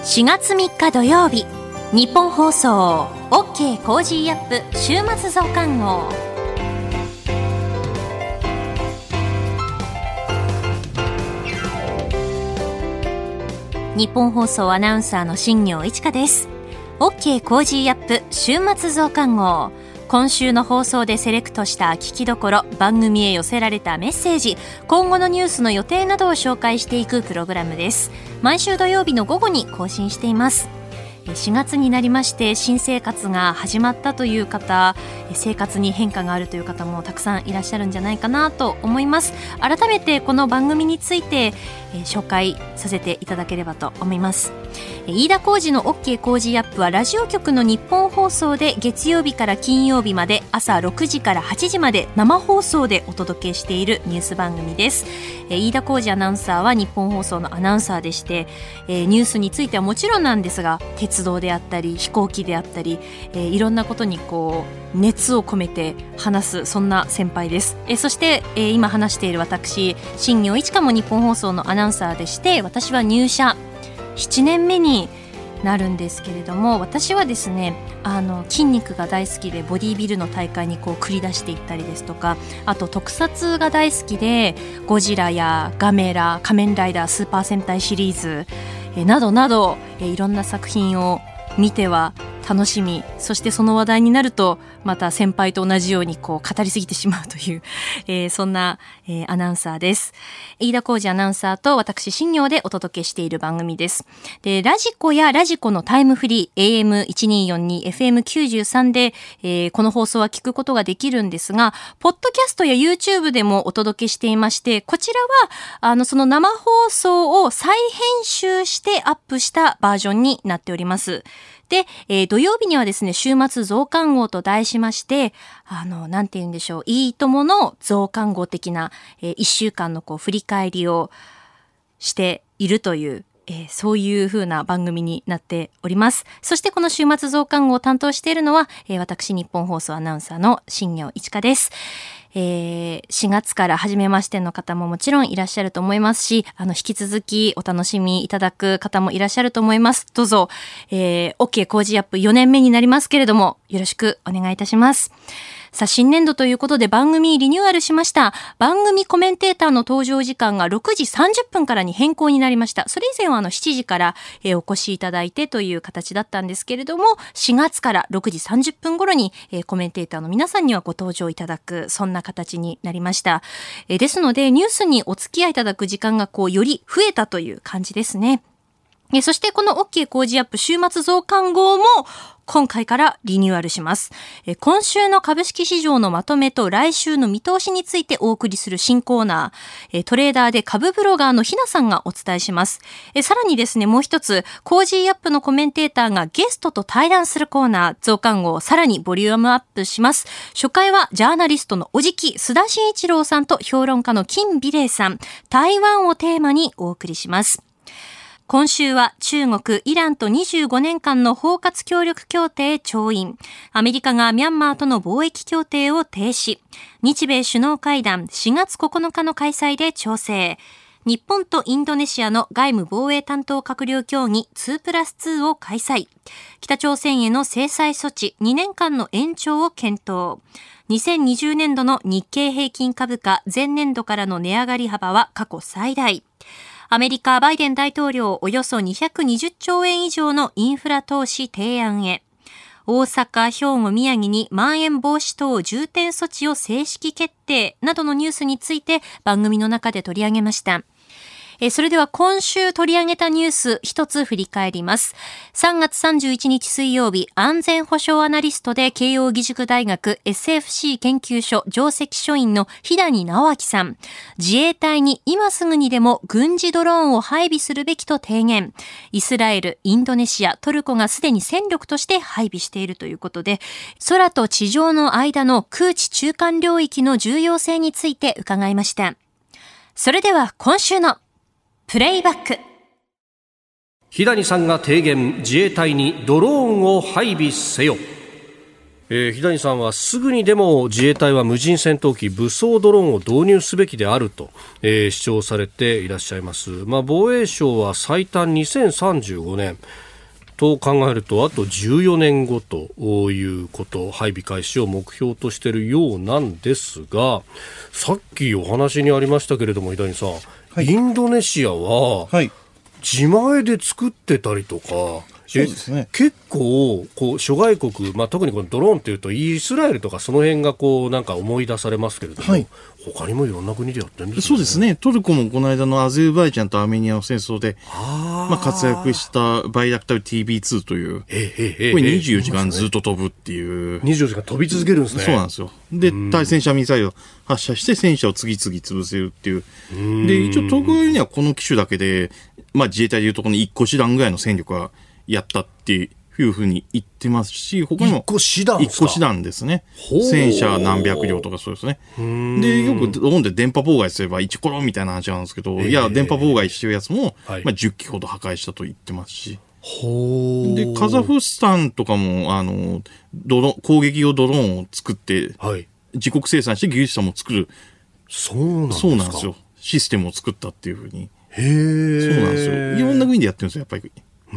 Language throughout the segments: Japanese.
4月3日土曜日、日本放送 OK コージーアップ週末増刊号。日本放送アナウンサーの新業一華です。 OK コージーアップ週末増刊号。今週の放送でセレクトした聞きどころ、番組へ寄せられたメッセージ、今後のニュースの予定などを紹介していくプログラムです。毎週土曜日の午後に更新しています。4月になりまして新生活が始まったという方、生活に変化があるという方もたくさんいらっしゃるんじゃないかなと思います。改めてこの番組について紹介させていただければと思います。飯田浩司の OK コージーアップはラジオ局の日本放送で月曜日から金曜日まで朝6時から8時まで生放送でお届けしているニュース番組です。飯田浩司アナウンサーは日本放送のアナウンサーでして、ニュースについてはもちろんなんですが、鉄道であったり飛行機であったり、いろんなことに熱を込めて話す、そんな先輩です。そして、今話している私新業一華も日本放送のアナウンサーでして、私は入社7年目になるんですけれども、私はですね、筋肉が大好きでボディービルの大会に繰り出していったりですとか、あと特撮が大好きでゴジラやガメラ、仮面ライダー、スーパー戦隊シリーズなどなど、いろんな作品を見ては楽しみ、そしてその話題になるとまた先輩と同じように語りすぎてしまうという、そんな、アナウンサーです。飯田浩司アナウンサーと私新業でお届けしている番組です。で、ラジコやラジコのタイムフリー AM1242 FM93 で、この放送は聞くことができるんですが、ポッドキャストや YouTube でもお届けしていまして、こちらはその生放送を再編集してアップしたバージョンになっております。で、土曜日にはですね、週末増刊号と題しまして、なんて言うんでしょう、いいともの増刊号的な、1週間の振り返りをしているという、そういう風な番組になっております。そしてこの週末増刊号を担当しているのは、私日本放送アナウンサーの新業一華です。4月から初めましての方ももちろんいらっしゃると思いますし、引き続きお楽しみいただく方もいらっしゃると思います。どうぞ、OK コージーアップ4年目になりますけれども、よろしくお願いいたします。さあ、新年度ということで番組リニューアルしました。番組コメンテーターの登場時間が6時30分からに変更になりました。それ以前は7時から、お越しいただいてという形だったんですけれども、4月から6時30分頃に、コメンテーターの皆さんにはご登場いただく、そんな形になりました。ですのでニュースにお付き合いいただく時間がより増えたという感じですね。そしてこの OK コージーアップ週末増刊号も今回からリニューアルします。今週の株式市場のまとめと来週の見通しについてお送りする新コーナー、トレーダーで株ブロガーのひなさんがお伝えします。さらにですね、もう一つコージーアップのコメンテーターがゲストと対談するコーナー、増刊号さらにボリュームアップします。初回はジャーナリストのおじき須田慎一郎さんと評論家の金美玲さん、台湾をテーマにお送りします。今週は中国、イランと25年間の包括協力協定調印。アメリカがミャンマーとの貿易協定を停止。日米首脳会談4月9日の開催で調整。日本とインドネシアの外務防衛担当閣僚協議 2+2 を開催。北朝鮮への制裁措置2年間の延長を検討。2020年度の日経平均株価前年度からの値上がり幅は過去最大。アメリカバイデン大統領およそ220兆円以上のインフラ投資提案へ。大阪、兵庫、宮城にまん延防止等重点措置を正式決定などのニュースについて番組の中で取り上げました。それでは今週取り上げたニュース一つ振り返ります。3月31日水曜日、安全保障アナリストで慶應義塾大学 SFC 研究所上席所員の日谷直明さん、自衛隊に今すぐにでも軍事ドローンを配備するべきと提言。イスラエル、インドネシア、トルコがすでに戦力として配備しているということで、空と地上の間の空地中間領域の重要性について伺いました。それでは今週のプレイバック。 日谷さんが提言、自衛隊にドローンを配備せよ。 日谷さんはすぐにでも自衛隊は無人戦闘機武装ドローンを導入すべきであると、主張されていらっしゃいます。防衛省は最短2035年と考えるとあと14年後ということ、配備開始を目標としているようなんですが、さっきお話にありましたけれども日谷さん、はい、インドネシアは自前で作ってたりとか、そうですね、結構諸外国、特にこのドローンというとイスラエルとかその辺がなんか思い出されますけれども、はい、他にもいろんな国でやってるんですね。 そうですね。トルコもこの間のアゼルバイジャンとアーメニアの戦争で活躍したバイラクタル TB2 という、これ24時間ずっと飛ぶっていう、 24時間飛び続けるんですね。 そうなんですよ。で、対戦車ミサイルを発射して戦車を次々潰せるっていう。で、一応東京にはこの機種だけで、自衛隊でいうとこの1個師団ぐらいの戦力はやったっていうふうに言ってますし、他にも1個師団ですね。戦車何百両とかそうですね。で、よくドローンで電波妨害すれば1コロンみたいな話なんですけど、いや、電波妨害してるやつも、10機ほど破壊したと言ってますし。で、カザフスタンとかも、攻撃用ドローンを作って、自国生産して技術者も作る。 そうなんですよ。 システムを作ったっていうふうに。 へー。 そうなんですよ。いろんな国でやってるんですよ、やっぱり。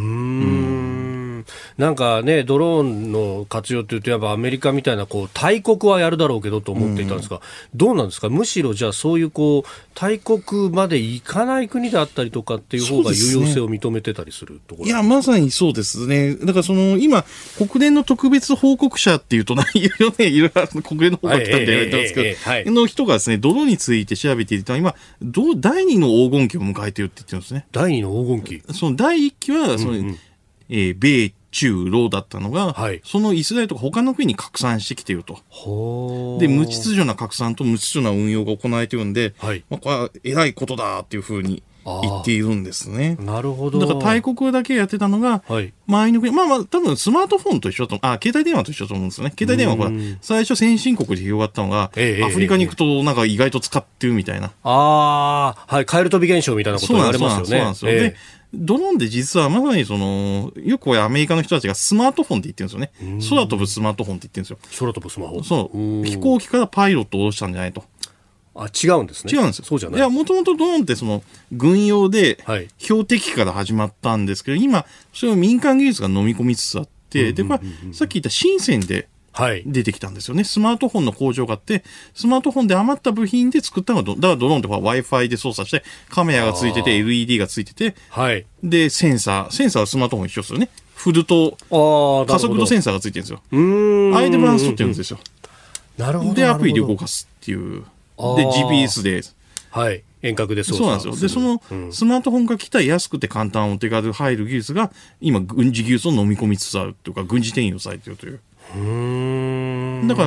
なんかね、ドローンの活用というとやっぱアメリカみたいな大国はやるだろうけどと思っていたんですが、どうなんですか。むしろじゃあそういう大国まで行かない国であったりとかっていう方が有用性を認めてたりするところ、 いやまさにそうですね。だから今国連の特別報告者っていうといろいろ国連の報告者って言われてますけど、の人がですね、ドローンについて調べていると今第2の黄金期を迎えているって言ってるんですね。 第2の黄金期。 その第1期は米中ロだったのが、そのイスラエルとか他の国に拡散してきていると。で、無秩序な拡散と無秩序な運用が行われているんで、これは偉いことだっていうふうに言っているんですね。 なるほど。 だから大国だけやってたのが、周りの国、多分スマートフォンと一緒だと、携帯電話と一緒だと思うんですよね。携帯電話は最初先進国で広がったのが、アフリカに行くとなんか意外と使ってるみたいな。 カエル飛び現象みたいなこと言われますよね。 そうなんですよ。でドローンで実はまさによくこれアメリカの人たちがスマートフォンって言ってるんですよね。空飛ぶスマートフォンって言ってるんですよ。 空飛ぶスマホ。 そう。飛行機からパイロットを降ろしたんじゃないと。 違うんですね。 違うんですよ。 そうじゃない。 いや、もともとドローンって軍用で、標的から始まったんですけど、今、それを民間技術が飲み込みつつあって、で、これ、さっき言った深センで、出てきたんですよね。スマートフォンの工場があって、スマートフォンで余った部品で作ったのがだからドローンってWi-Fi で操作して、カメラがついてて、LED がついてて、で、センサーはスマートフォン一緒ですよね。振ると、加速度センサーがついてるんですよ。あれでバランス取ってるんですよ。 なるほど。 で、アプリで動かすっていう。で、GPS で。 遠隔で操作。 そうなんですよ。で、スマートフォンが来た安くて簡単お手軽入る技術が、今、軍事技術を飲み込みつつあるというか、軍事転用されているという。だから、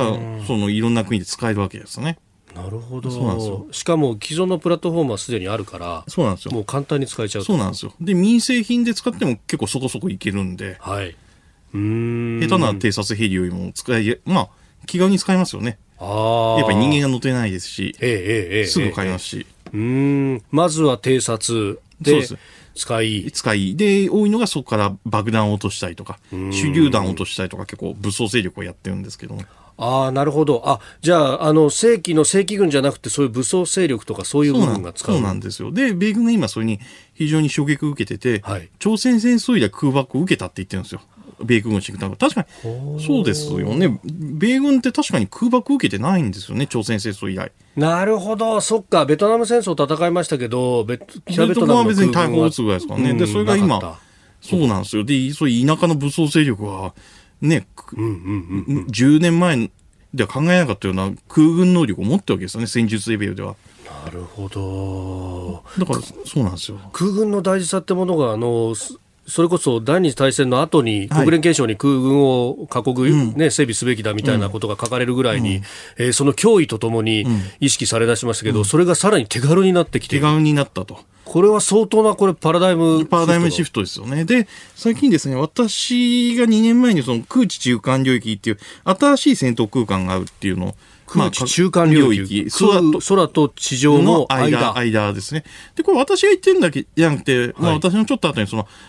いろんな国で使えるわけですね。 なるほど。そうなんですよ。しかも、既存のプラットフォームはすでにあるから、 そうなんですよ。 もう簡単に使えちゃう。 そうなんですよ。で、民生品で使っても結構そこそこいけるんで、下手な偵察ヘリよりも気軽に使えますよね。やっぱり人間が乗ってないですし、すぐ買いますし。 まずは偵察で使いで、多いのがそこから爆弾を落としたりとか、手榴弾を落としたりとか、結構武装勢力をやってるんですけども。 なるほど。じゃあ、正規軍じゃなくて、そういう武装勢力とかそういう部分が使う。 そうなんですよ。で、米軍が今それに非常に衝撃を受けてて、朝鮮戦争以来空爆を受けたって言ってるんですよ。米軍のシンクタンク。確かに、そうですよね。米軍って確かに空爆を受けてないんですよね、朝鮮戦争以来。 なるほど。そっか。ベトナム戦争戦いましたけど、 北ベトナムは別に大砲撃つぐらいですからね。で、それが今、そうなんですよ。で、そういう田舎の武装勢力は、ね、10年前では考えなかったような空軍能力を持ってるわけですよね、戦術レベルでは。 なるほど。 だから、そうなんですよ。 空軍の大事さってものが、それこそ第二次大戦の後に国連憲章に空軍を各国、整備すべきだみたいなことが書かれるぐらいに、その脅威とともに意識されだしましたけど、それがさらに手軽になってきて、 手軽になったと。 これは相当なパラダイムシフトですよね。で、最近ですね、私が2年前に空地中間領域っていう新しい戦闘空間があるっていうのを、 空地中間領域、空と地上の間ですね。で、これ私が言ってるんだけじゃなくて、私のちょっと後に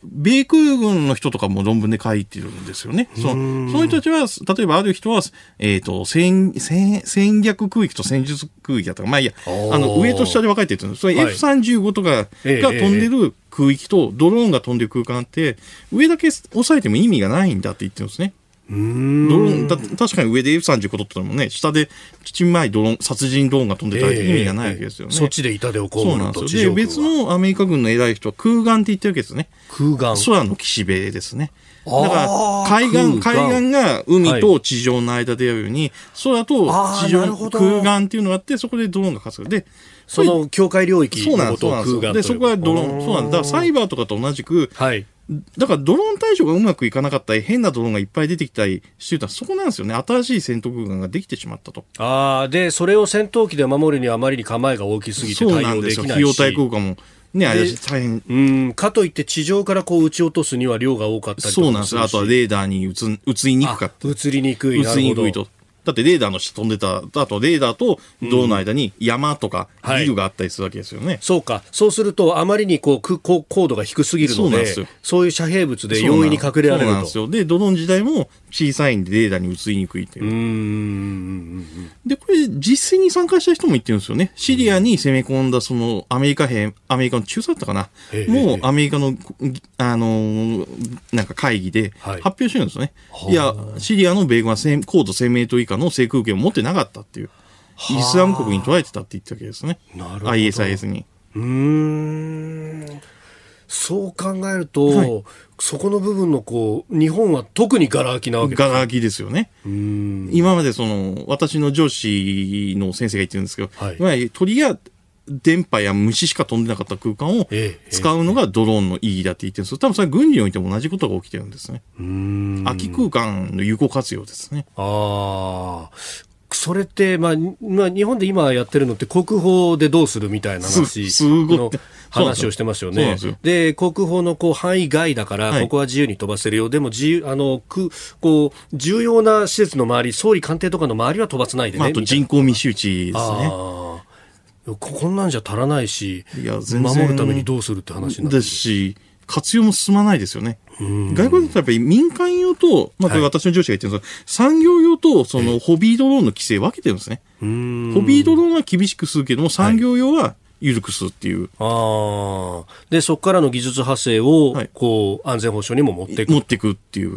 米空軍の人とかも論文で書いてるんですよね。その人たちは、例えばある人は、戦略空域と戦術空域だったか、まあいいや、上と下で分かれてるんです。それ F35 とかが飛んでる空域とドローンが飛んでる空間って、上だけ押さえても意味がないんだって言ってるんですね。ドローン確かに上で F35 取ってたのもね、下でちんまいドローン、殺人ドローンが飛んでたら意味がないわけですよね。 そっちで痛手を被ると。 そうなんですよ。で、別のアメリカ軍の偉い人は空眼って言ってるわけですね。 空眼。 空の岸辺ですね。だから海岸が海と地上の間でやるように、空と地上、空眼っていうのがあって、そこでドローンが活動で、 その境界領域のことを空眼という。 で、そこはドローン、そうなんだ。だからサイバーとかと同じく、はい。だからドローン対処がうまくいかなかったり、変なドローンがいっぱい出てきたりしてたら、そこなんですよね。新しい戦闘空間ができてしまったと。 で、それを戦闘機で守るにはあまりに構えが大きすぎて対応できないし。そうなんですよ。費用対効果も。ね、あれ大変。 かといって地上からこう撃ち落とすには量が多かったりとか。 そうなんですよ。あとはレーダーに映りにくかった。 映りにくい。 映りにくいと。だってレーダーの下飛んでた、あとレーダーと道の間に山とかビルがあったりするわけですよね。はい、 そうか。そうするとあまりに高度が低すぎるので、そういう遮蔽物で容易に隠れられると。そうなんですよ。 で、ドローン自体も小さいんでレーダーに映りにくいという。で、これ実戦に参加した人も言ってるんですよね。シリアに攻め込んだそのアメリカの中佐だったかな。もうアメリカの、なんか会議で発表してるんですよね。いや、シリアの米軍は高度1000メートル以下の制空権を持ってなかったっていう。イスラム国に捉えてたって言ったわけですね。 なるほど。 ISIS に。 そう考えると、はい、そこの部分の日本は特にガラ空きなわけですね。 ガラ空きですよね。今まで私の上司の先生が言ってるんですけど、はい、鳥や電波や虫しか飛んでなかった空間を使うのがドローンの意義だって言ってるんですけど、多分それは軍においても同じことが起きてるんですね。空き空間の有効活用ですね。 それって、日本で今やってるのって国法でどうするみたいな話をしてますよね。で、国法の範囲外だから、ここは自由に飛ばせるよ。でも重要な施設の周り、総理官邸とかの周りは飛ばせないでね。 あと人口密集地ですね。 こんなんじゃ足らないし、守るためにどうするって話になってる。 ですし、活用も進まないですよね。外国だとやっぱり民間用と、これ私の上司が言ってるんですが、産業用とそのホビードローンの規制分けてるんですね。ホビードローンは厳しくするけども、産業用は緩くするっていう。 で、そこからの技術派生を、安全保障にも持っていくっていう。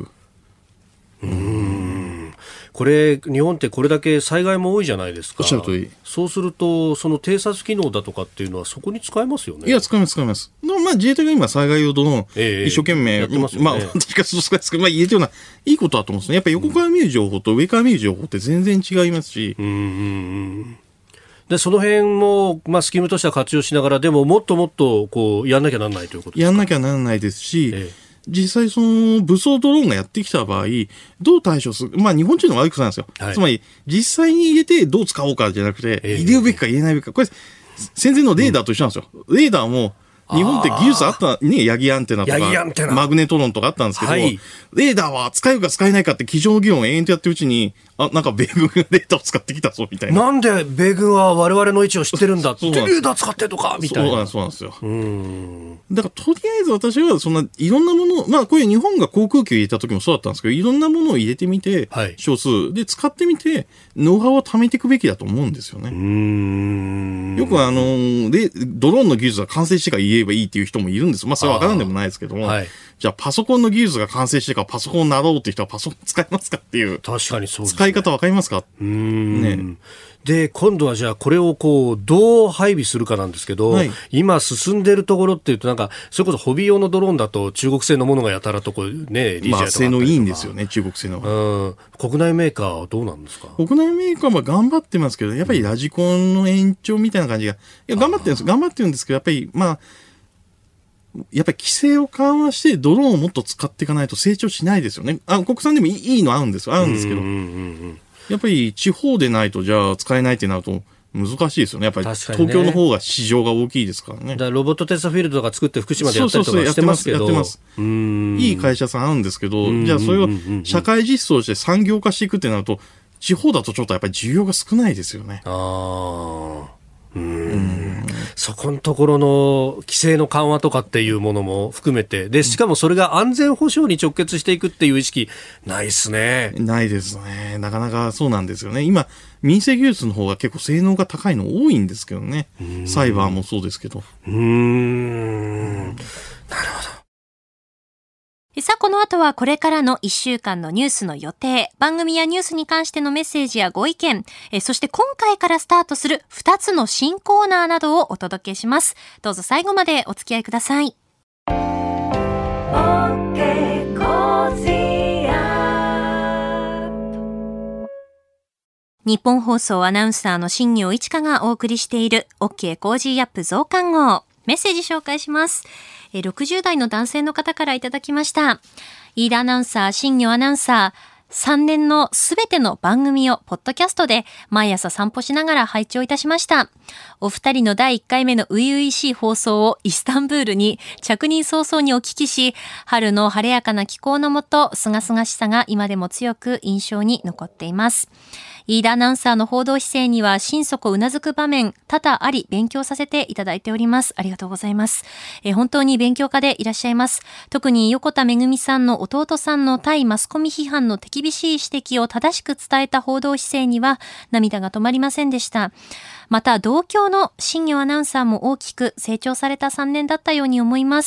これ日本ってこれだけ災害も多いじゃないですか。 おっしゃる通り。 そうするとその偵察機能だとかっていうのはそこに使えますよね。 いや、使います。自衛隊が今災害用ドローン、一生懸命やってますよね。 私からすると使いますけど、入れてるようないいことだと思うんですね。やっぱり横から見る情報と上から見る情報って全然違いますし。 でその辺も、スキームとしては活用しながら、でももっともっとやんなきゃならないということですか。 やんなきゃならないですし、実際その武装ドローンがやってきた場合、どう対処する、日本人の悪いことなんですよ。つまり、実際に入れてどう使おうかじゃなくて、入れるべきか入れないべきか。これ、戦前のレーダーと一緒なんですよ。レーダーも、日本って技術あったね、ヤギアンテナとか、マグネトロンとかあったんですけど、レーダーは使えるか使えないかって机上の議論を延々とやってるうちに、なんか米軍がレーダーを使ってきたぞみたいな。 なんで米軍は我々の位置を知ってるんだって、レーダー使ってとかみたいな。 そうなんですよ。だからとりあえず私はそんないろんなもの、こういう日本が航空機を入れた時もそうだったんですけど、いろんなものを入れてみて、少数で使ってみて、ノウハウを貯めていくべきだと思うんですよね。よくドローンの技術が完成してから言えばいいっていう人もいるんです。それは分からんでもないですけども、じゃあパソコンの技術が完成してからパソコンになろうって人はパソコン使いますかっていう。 確かにそうですね。 使い方分かりますかね。 で今度はじゃあこれをどう配備するかなんですけど、今進んでるところっていうとそれこそホビー用のドローンだと中国製のものがやたらとリジェとか性能いいんですよね、中国製の。 国内メーカーはどうなんですか。 国内メーカーは頑張ってますけど、やっぱりラジコンの延長みたいな感じが、頑張ってるんですけど、やっぱり規制を緩和してドローンをもっと使っていかないと成長しないですよね。国産でもいいのあるんですけど、やっぱり地方でないとじゃあ使えないってなると難しいですよね。やっぱり東京の方が市場が大きいですからね。 だからロボットテストフィールドとか作って福島でやったりとかしてますけど。 やってます。いい会社さんあるんですけど、じゃあそれを社会実装して産業化していくってなると、地方だとちょっとやっぱり需要が少ないですよね。 そこのところの規制の緩和とかっていうものも含めて、でしかもそれが安全保障に直結していくっていう意識ないですね。 ないですね。なかなかそうなんですよね。今民生技術の方が結構性能が高いの多いんですけどね。サイバーもそうですけど。 なるほど。 さあ、この後はこれからの1週間のニュースの予定、番組やニュースに関してのメッセージやご意見、そして今回からスタートする2つの新コーナーなどをお届けします。どうぞ最後までお付き合いください。日本放送アナウンサーの新業一華がお送りしている OK コージーアップ増刊号。メッセージ紹介します。60代の男性の方からいただきました。飯田アナウンサー、新業アナウンサー、3年のすべての番組をポッドキャストで毎朝散歩しながら拝聴いたしました。お二人の第1回目の初々しい放送をイスタンブールに着任早々にお聞きし、春の晴れやかな気候のもと、すがすがしさが今でも強く印象に残っています。飯田アナウンサーの報道姿勢には心底うなずく場面多々あり、勉強させていただいております。ありがとうございます。本当に勉強家でいらっしゃいます。特に横田めぐみさんの弟さんの対マスコミ批判の手厳しい指摘を正しく伝えた報道姿勢には涙が止まりませんでした。また同郷の新業アナウンサーも大きく成長された3年だったように思います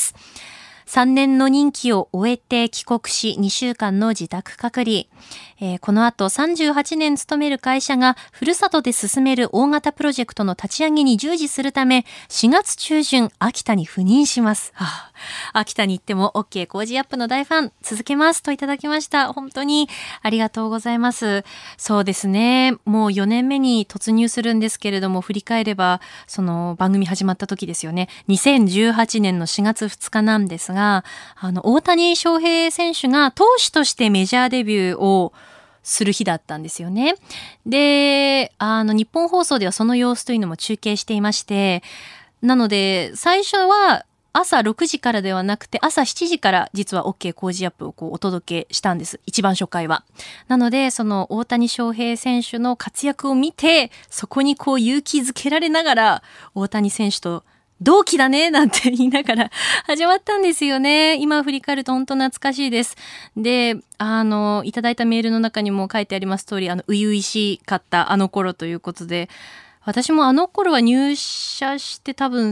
。3年の任期を終えて帰国し2週間の自宅隔離。この後38年勤める会社がふるさとで進める大型プロジェクトの立ち上げに従事するため4月中旬秋田に赴任します。秋田に行っても OK コージーアップの大ファン続けますといただきました。本当にありがとうございます。そうですね。もう4年目に突入するんですけれども、振り返ればその番組始まった時ですよね。2018年の4月2日なんですが、大谷翔平選手が投手としてメジャーデビューをする日だったんですよね。で、日本放送ではその様子というのも中継していまして、なので最初は朝6時からではなくて朝7時から実は OK コージーアップをお届けしたんです。一番初回は。なのでその大谷翔平選手の活躍を見て、そこに勇気づけられながら大谷選手と同期だねなんて言いながら始まったんですよね。今振り返ると本当懐かしいです。で、いただいたメールの中にも書いてあります通り、初々しかったあの頃ということで、私もあの頃は入社して多分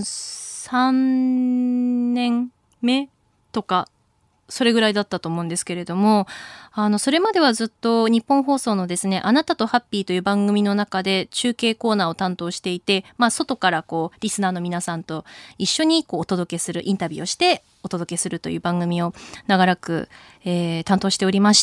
3年目とかそれぐらいだったと思うんですけれども、それまではずっと日本放送のですね、あなたとハッピーという番組の中で中継コーナーを担当していて、外からリスナーの皆さんと一緒にお届けする、インタビューをしてお届けするという番組を長らく、担当しておりまして、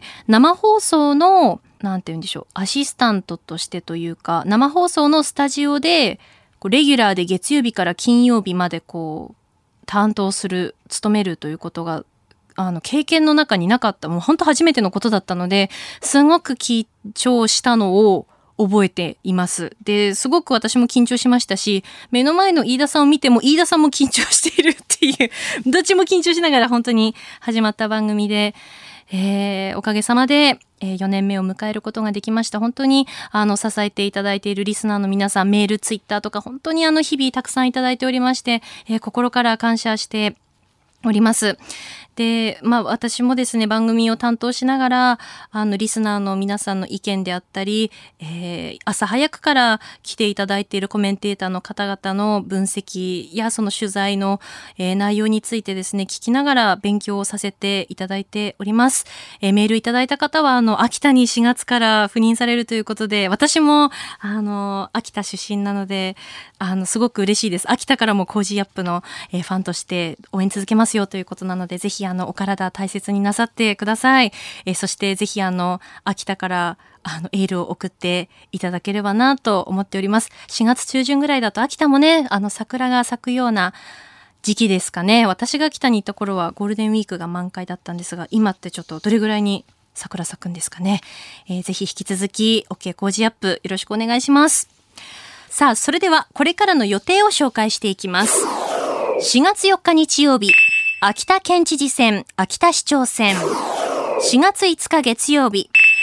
生放送のなんて言うんでしょう、アシスタントとしてというか、生放送のスタジオでレギュラーで月曜日から金曜日まで担当する、務めるということが経験の中になかった、もう本当初めてのことだったので、すごく緊張したのを覚えています。で、すごく私も緊張しましたし、目の前の飯田さんを見ても飯田さんも緊張しているっていう、どっちも緊張しながら本当に始まった番組で、おかげさまで4年目を迎えることができました。本当に支えていただいているリスナーの皆さん、メール、ツイッターとか本当に日々たくさんいただいておりまして、心から感謝しております。で、私もですね、番組を担当しながら、リスナーの皆さんの意見であったり、朝早くから来ていただいているコメンテーターの方々の分析やその取材の、内容についてですね、聞きながら勉強をさせていただいております。メールいただいた方は、秋田に4月から赴任されるということで、私も、秋田出身なので、すごく嬉しいです。秋田からもコージーアップの、ファンとして応援続けますよということなので、ぜひお体大切になさってください。そしてぜひ秋田からエールを送っていただければなと思っております。4月中旬ぐらいだと秋田もね、桜が咲くような時期ですかね。私が秋田に行った頃はゴールデンウィークが満開だったんですが、今ってちょっとどれぐらいに桜咲くんですかね。ぜひ引き続き OK コージーアップよろしくお願いします。さあ、それではこれからの予定を紹介していきます。4月4日日曜日、秋田県知事選、秋田市長選。4月5日月曜日、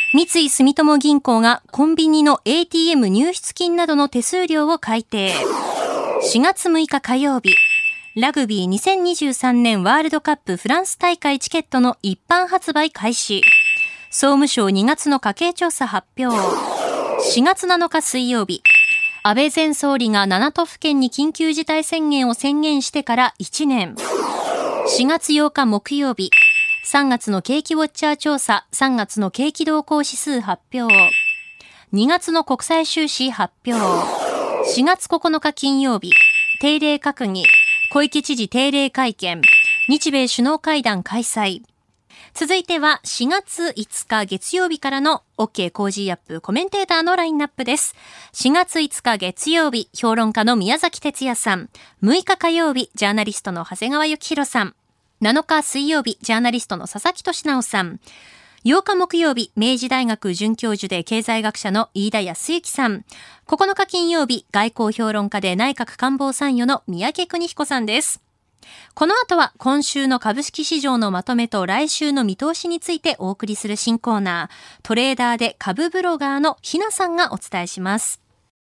三井住友銀行がコンビニの ATM 入出金などの手数料を改定。4月6日火曜日、ラグビー2023年ワールドカップフランス大会チケットの一般発売開始。総務省2月の家計調査発表。4月7日水曜日、安倍前総理が7都府県に緊急事態宣言を宣言してから1年。4月8日木曜日、3月の景気ウォッチャー調査、3月の景気動向指数発表。2月の国際収支発表。4月9日金曜日、定例閣議、小池知事定例会見、日米首脳会談開催。続いては4月5日月曜日からの OK コージーアップコメンテーターのラインナップです。4月5日月曜日、評論家の宮崎哲也さん。6日火曜日、ジャーナリストの長谷川幸宏さん。7日水曜日、ジャーナリストの佐々木俊直さん。8日木曜日、明治大学准教授で経済学者の飯田康之さん。9日金曜日、外交評論家で内閣官房参与の三宅邦彦さんです。この後は今週の株式市場のまとめと来週の見通しについてお送りする新コーナー、トレーダーで株ブロガーのひなさんがお伝えします。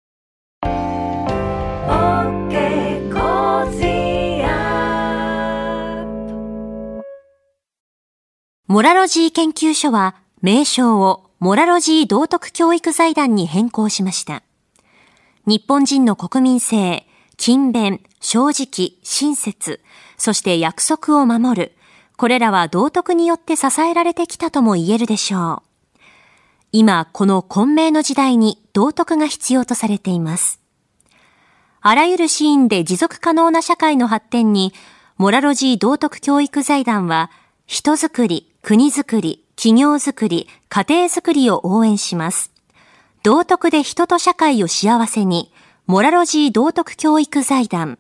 モラロジー研究所は名称をモラロジー道徳教育財団に変更しました。日本人の国民性、勤勉、正直、親切、そして約束を守る。これらは道徳によって支えられてきたとも言えるでしょう。今、この混迷の時代に道徳が必要とされています。あらゆるシーンで持続可能な社会の発展に、モラロジー道徳教育財団は、人づくり、国づくり、企業づくり、家庭づくりを応援します。道徳で人と社会を幸せに、モラロジー道徳教育財団。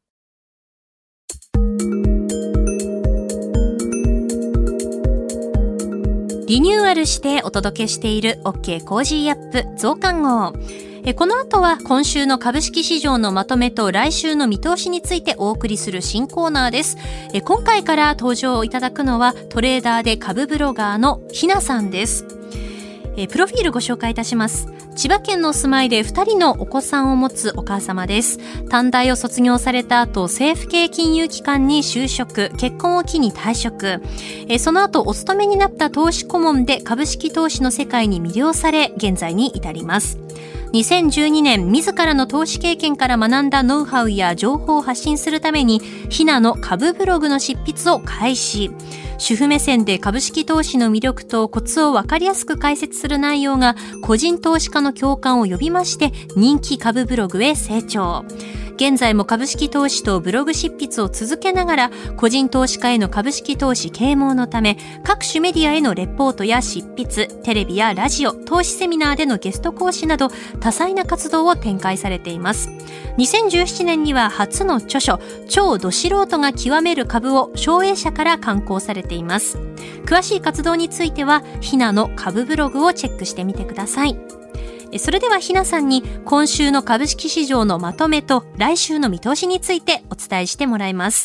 リニューアルしてお届けしている OK コージーアップ増刊号。この後は今週の株式市場のまとめと来週の見通しについてお送りする新コーナーです。今回から登場いただくのはトレーダーで株ブロガーのひなさんです。プロフィールご紹介いたします。千葉県のお住まいで2人のお子さんを持つお母様です。短大を卒業された後、政府系金融機関に就職、結婚を機に退職。その後、お勤めになった投資顧問で株式投資の世界に魅了され、現在に至ります。2012年、自らの投資経験から学んだノウハウや情報を発信するために、ひなの株ブログの執筆を開始。主婦目線で株式投資の魅力とコツを分かりやすく解説する内容が個人投資家の共感を呼びまして人気株ブログへ成長。現在も株式投資とブログ執筆を続けながら個人投資家への株式投資啓蒙のため各種メディアへのレポートや執筆、テレビやラジオ、投資セミナーでのゲスト講師など多彩な活動を展開されています。2017年には初の著書超ど素人が極める株を奨励社から刊行されています。詳しい活動についてはひなの株ブログをチェックしてみてください。それではひなさんに今週の株式市場のまとめと来週の見通しについてお伝えしてもらいます。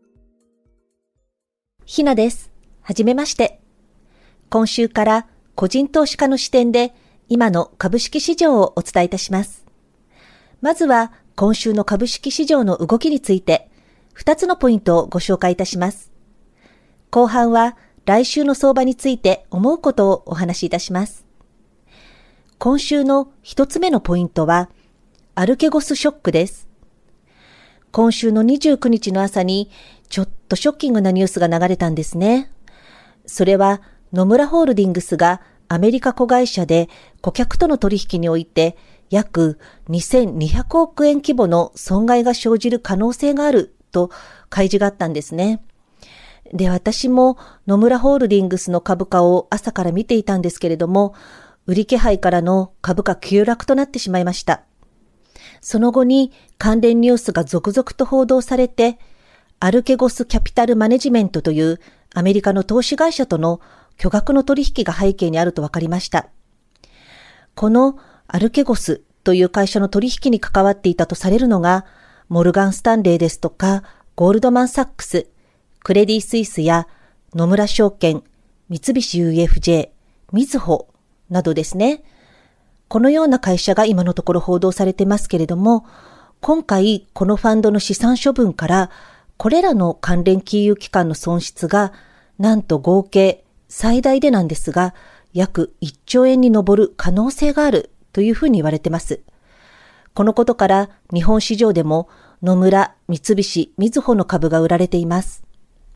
ひなです。はじめまして。今週から個人投資家の視点で今の株式市場をお伝えいたします。まずは今週の株式市場の動きについて2つのポイントをご紹介いたします。後半は来週の相場について思うことをお話しいたします。今週の一つ目のポイントは、アルケゴスショックです。今週の29日の朝に、ちょっとショッキングなニュースが流れたんですね。それは、野村ホールディングスがアメリカ子会社で顧客との取引において、約2200億円規模の損害が生じる可能性があると開示があったんですね。で、私も野村ホールディングスの株価を朝から見ていたんですけれども、売り気配からの株価急落となってしまいました。その後に関連ニュースが続々と報道されて、アルケゴスキャピタルマネジメントというアメリカの投資会社との巨額の取引が背景にあると分かりました。このアルケゴスという会社の取引に関わっていたとされるのが、モルガン・スタンレーですとか、ゴールドマン・サックス、クレディ・スイスや野村証券、三菱 UFJ、みずほ、 などですね。このような会社が今のところ報道されてますけれども、今回このファンドの資産処分からこれらの関連金融機関の損失がなんと合計最大でなんですが約1兆円に上る可能性があるというふうに言われてます。このことから日本市場でも野村、三菱、みずほの株が売られています。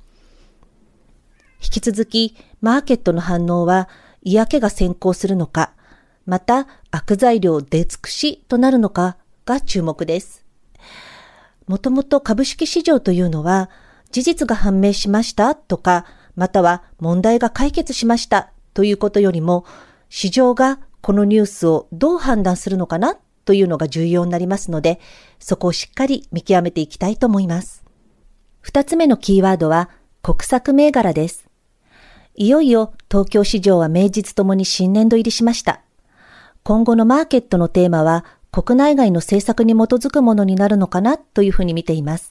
引き続きマーケットの反応は嫌気が先行するのか、また悪材料出尽くしとなるのかが注目です。もともと株式市場というのは事実が判明しましたとか、または問題が解決しましたということよりも、市場がこのニュースをどう判断するのかなというのが重要になりますので、そこをしっかり見極めていきたいと思います。二つ目のキーワードは国策銘柄です。いよいよ東京市場は名実ともに新年度入りしました。今後のマーケットのテーマは国内外の政策に基づくものになるのかなというふうに見ています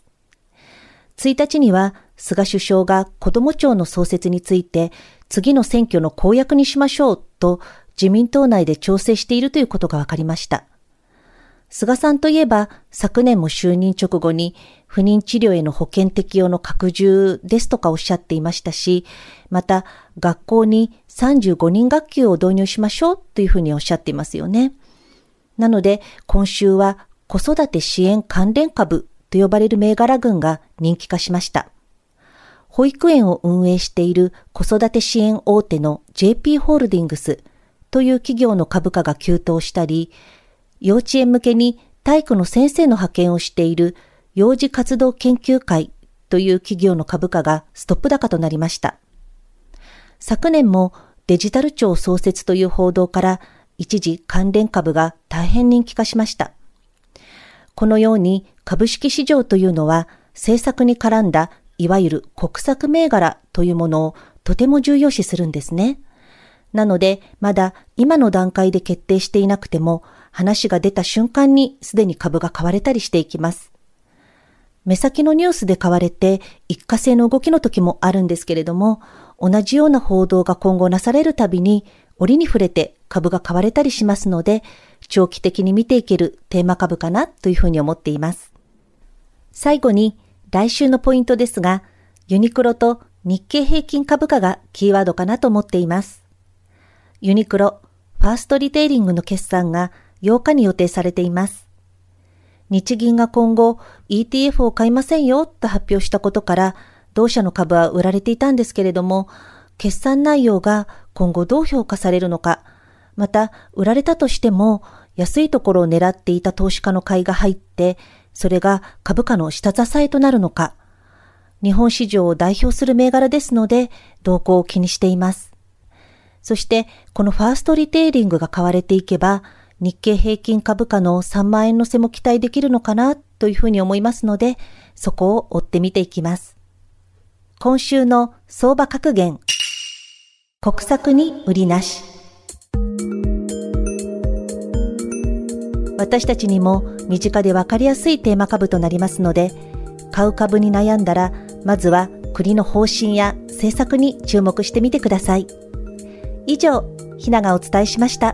。1日には菅首相がこども庁の創設について次の選挙の公約にしましょうと自民党内で調整しているということが分かりました。菅さんといえば昨年も就任直後に不妊治療への保険適用の拡充ですとかおっしゃっていましたし、また学校に35人学級を導入しましょうというふうにおっしゃっていますよね。なので今週は子育て支援関連株と呼ばれる銘柄群が人気化しました。保育園を運営している子育て支援大手の JP ホールディングスという企業の株価が急騰したり、幼稚園向けに体育の先生の派遣をしている幼児活動研究会という企業の株価がストップ高となりました。昨年もデジタル庁創設という報道から一時関連株が大変人気化しました。このように株式市場というのは政策に絡んだいわゆる国策銘柄というものをとても重要視するんですね。なのでまだ今の段階で決定していなくても話が出た瞬間にすでに株が買われたりしていきます。目先のニュースで買われて一過性の動きの時もあるんですけれども、同じような報道が今後なされるたびに折に触れて株が買われたりしますので、長期的に見ていけるテーマ株かなというふうに思っています。最後に来週のポイントですが、ユニクロと日経平均株価がキーワードかなと思っています。ユニクロ、ファーストリテイリングの決算が8日に予定されています。日銀が今後 ETF を買いませんよと発表したことから同社の株は売られていたんですけれども、決算内容が今後どう評価されるのか、また売られたとしても安いところを狙っていた投資家の買いが入ってそれが株価の下支えとなるのか、日本市場を代表する銘柄ですので動向を気にしています。そしてこのファーストリテイリングが買われていけば日経平均株価の3万円乗せも期待できるのかなというふうに思いますので、そこを追って見ていきます。今週の相場格言、国策に売りなし。私たちにも身近で分かりやすいテーマ株となりますので、買う株に悩んだらまずは国の方針や政策に注目してみてください。以上、ひながお伝えしました。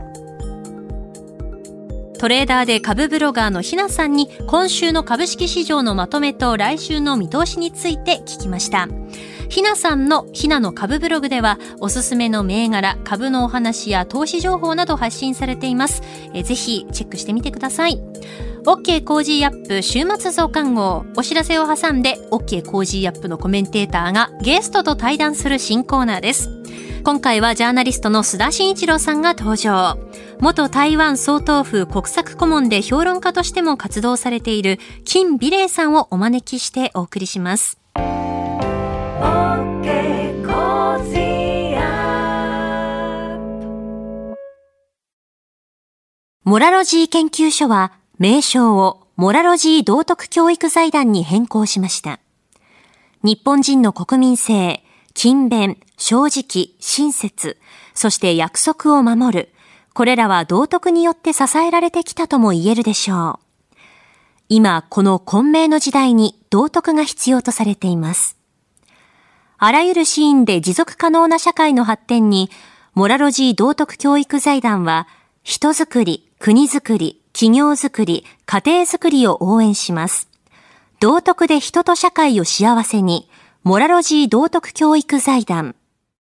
トレーダーで株ブロガーのひなさんに今週の株式市場のまとめと来週の見通しについて聞きました。ひなさんのひなの株ブログではおすすめの銘柄、株のお話や投資情報など発信されています。ぜひチェックしてみてください。OK コージーアップ週末増刊号、お知らせを挟んで OK コージーアップのコメンテーターがゲストと対談する新コーナーです。今回はジャーナリストの須田慎一郎さんが登場。元台湾総統府国策顧問で評論家としても活動されている金美玲さんをお招きしてお送りします。モラロジー研究所は名称をモラロジー道徳教育財団に変更しました。日本人の国民性、勤勉、正直、親切、そして約束を守る。これらは道徳によって支えられてきたとも言えるでしょう。今、この混迷の時代に道徳が必要とされています。あらゆるシーンで持続可能な社会の発展に、 モラロジー道徳教育財団は、人づくり、国づくり、企業づくり、家庭づくりを応援します。道徳で人と社会を幸せに、モラロジー道徳教育財団。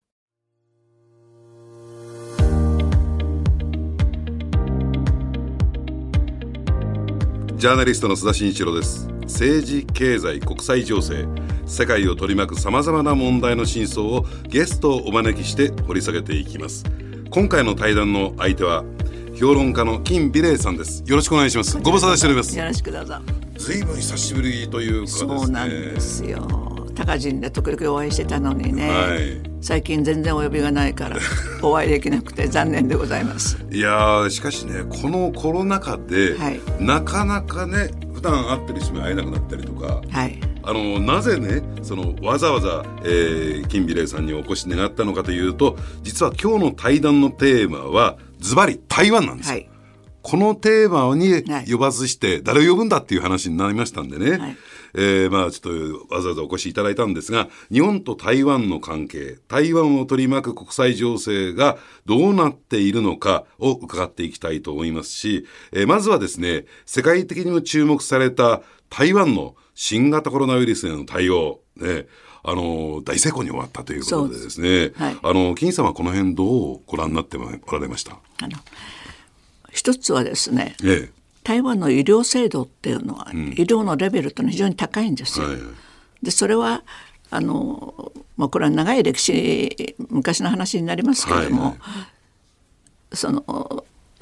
ジャーナリストの須田慎一郎です。政治、経済、国際情勢、世界を取り巻くさまざまな問題の真相をゲストをお招きして掘り下げていきます。今回の対談の相手は評論家の金美玲さんです。よろしくお願いします。ご無沙汰しております。 よろしくどうぞ。 ずいぶん久しぶりというかですね。 そうなんですよ。高人で時々お会いしてたのにね、 はい、 最近全然お呼びがないからお会いできなくて残念でございます。 いやしかしね、このコロナ禍で、はい、なかなかね、普段会ってる人に会えなくなったりとか、はい、なぜね、わざわざ、金美玲さんにお越し願ったのかというと、実は今日の対談のテーマはズバリ台湾なんですよ、はい、このテーマに呼ばずして誰を呼ぶんだっていう話になりましたんでね、はい、ちょっとわざわざお越しいただいたんですが、日本と台湾の関係、台湾を取り巻く国際情勢がどうなっているのかを伺っていきたいと思いますし、まずはですね、世界的にも注目された台湾の新型コロナウイルスへの対応、ね、大成功に終わったということでですね、はい、金さんはこの辺どうご覧になっておられました？ 一つはですね、台湾の医療制度っていうのは、医療のレベルというのは非常に高いんですよ、はいはい、でそれはこれは長い歴史、昔の話になりますけれども、はいはい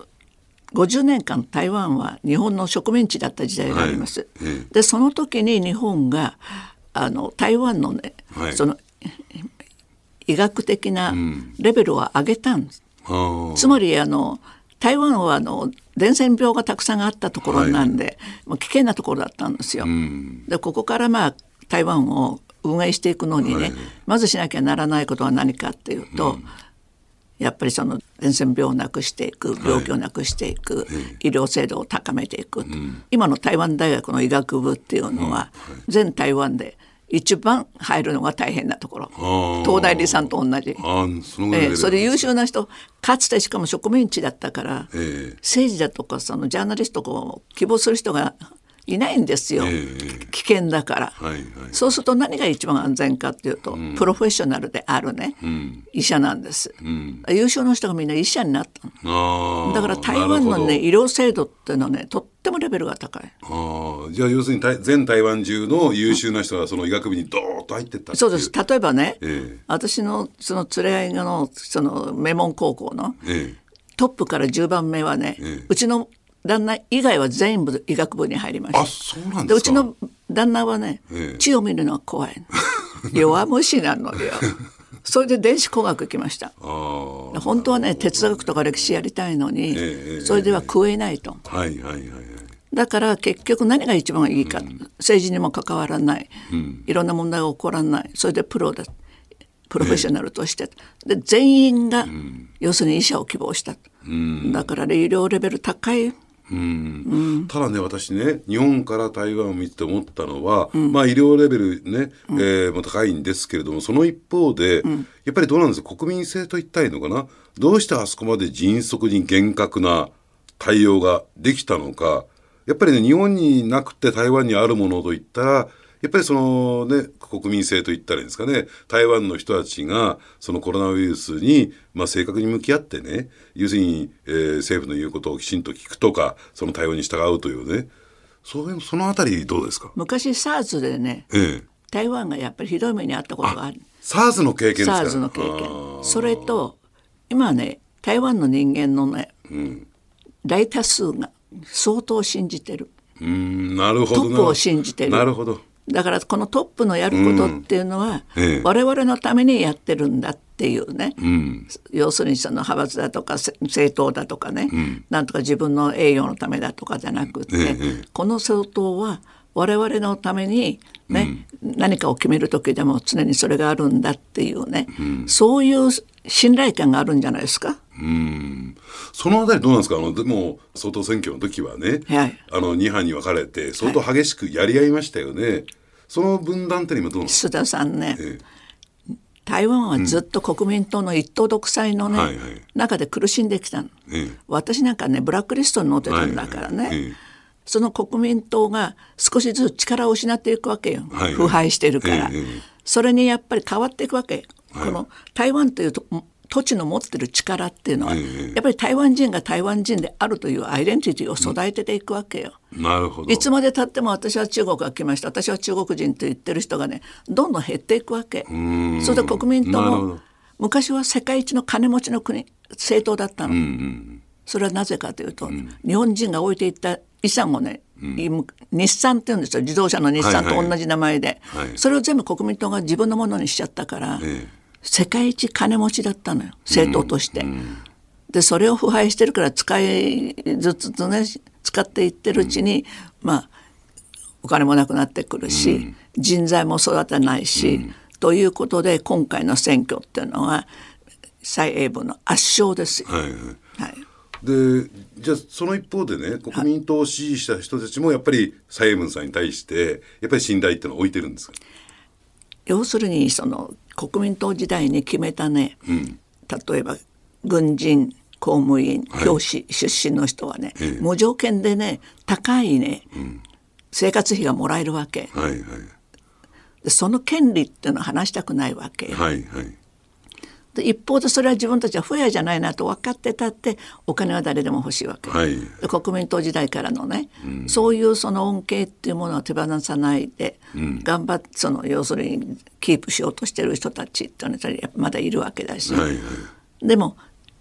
、50年間台湾は日本の植民地だった時代があります、はい、でその時に日本が台湾のね、はい、医学的なレベルを上げたんです、つまり台湾は伝染病がたくさんあったところなんで、はい、危険なところだったんですよ、でここから台湾を運営していくのにね、はい、まずしなきゃならないことは何かっていうと、やっぱり伝染病をなくしていく、病気をなくしていく、はい、医療制度を高めていく、今の台湾大学の医学部っていうのは、全台湾で一番入るのが大変なところ、東大理さんと同じ、それ優秀な人、かつてしかも植民地だったから、政治だとかジャーナリストを希望する人がいないんですよ、危険だから、はいはい、そうすると何が一番安全かっていうと、プロフェッショナルであるね、医者なんです、優秀な人がみんな医者になったの。だから台湾のね、医療制度っていうのはね、とってもレベルが高い。 じゃあ要するに全台湾中の優秀な人がその医学部にドーッと入ってったっていう。 そうです。例えばね、私の連れ合いの名門高校の、トップから10番目はね、うちの旦那以外は全部医学部に入りました。 あ、そうなんですか。 でうちの旦那はね、血を見るのは怖い弱虫なのよそれで電子工学行きました。本当はね、哲学とか歴史やりたいのに、それでは食えないと、はいはいはい、だから結局何が一番いいか、政治にも関わらない、いろんな問題が起こらない、それでプロフェッショナルとして、で全員が、要するに医者を希望した、だから、ね、医療レベル高い。 ただね、私ね、日本から台湾を見て思ったのは、医療レベルね、も高いんですけれども、その一方で、やっぱりどうなんですか、国民性といったらいいのかな、どうしてあそこまで迅速に厳格な対応ができたのか。やっぱりね、日本になくて台湾にあるものといったら、やっぱり国民性といったらいいんですかね、台湾の人たちがそのコロナウイルスに、正確に向き合ってね、要するに、政府の言うことをきちんと聞くとか、その対応に従うというね、そのあたりどうですか。 昔 SARS でね、台湾がやっぱりひどい目に遭ったことがある。 SARS の経験ですか。 SARS の経験。それと今ね、台湾の人間のね、大多数が相当信じてる。 なるほど。 トップを信じてる。 なるほど。 だからこのトップのやることっていうのは、我々のためにやってるんだっていうね、要するに派閥だとか政党だとかね、なんとか自分の栄誉のためだとかじゃなくて、この政党は我々のために、ね、何かを決める時でも常にそれがあるんだっていうね、そういう信頼感があるんじゃないですか。 そのあたりどうなんですか。でも総統選挙の時はね、はい、2派に分かれて相当激しくやり合いましたよね、その分断って今どうなんですか。 須田さんね、 台湾はずっと国民党の一党独裁のね、中で苦しんできたの、私なんかねブラックリストに載ってたんだからね、その国民党が少しずつ力を失っていくわけよ、腐敗してるから、それにやっぱり変わっていくわけ、この台湾という土地の持ってる力っていうのは、やっぱり台湾人が台湾人であるというアイデンティティを育てていくわけよ、 なるほど。 いつまでたっても私は中国が来ました、私は中国人と言ってる人がねどんどん減っていくわけ。それで国民党も昔は世界一の金持ちの政党だったの、それはなぜかというと、日本人が置いていった遺産をね、日産って言うんですよ、自動車の日産と同じ名前で、それを全部国民党が自分のものにしちゃったから、世界一金持ちだったのよ、政党として、でそれを腐敗してるから使いずつね使っていってるうちに、お金もなくなってくるし、人材も育たないし、ということで今回の選挙っていうのは蔡英文の圧勝ですよ。 でじゃあその一方でね、国民党を支持した人たちもやっぱり蔡英文さんに対してやっぱり信頼っていうのを置いてるんですか。 要するにその国民党時代に決めたね、例えば軍人、公務員、教師出身の人はね、無条件でね高いね、生活費がもらえるわけ、でその権利っていうのは話したくないわけよ、で一方でそれは自分たちはフェアじゃないなと分かってたってお金は誰でも欲しいわけ、で国民党時代からのね、そういうその恩恵っていうものを手放さないで、頑張ってその要するにキープしようとしてる人たちっていうのはまだいるわけだし、でも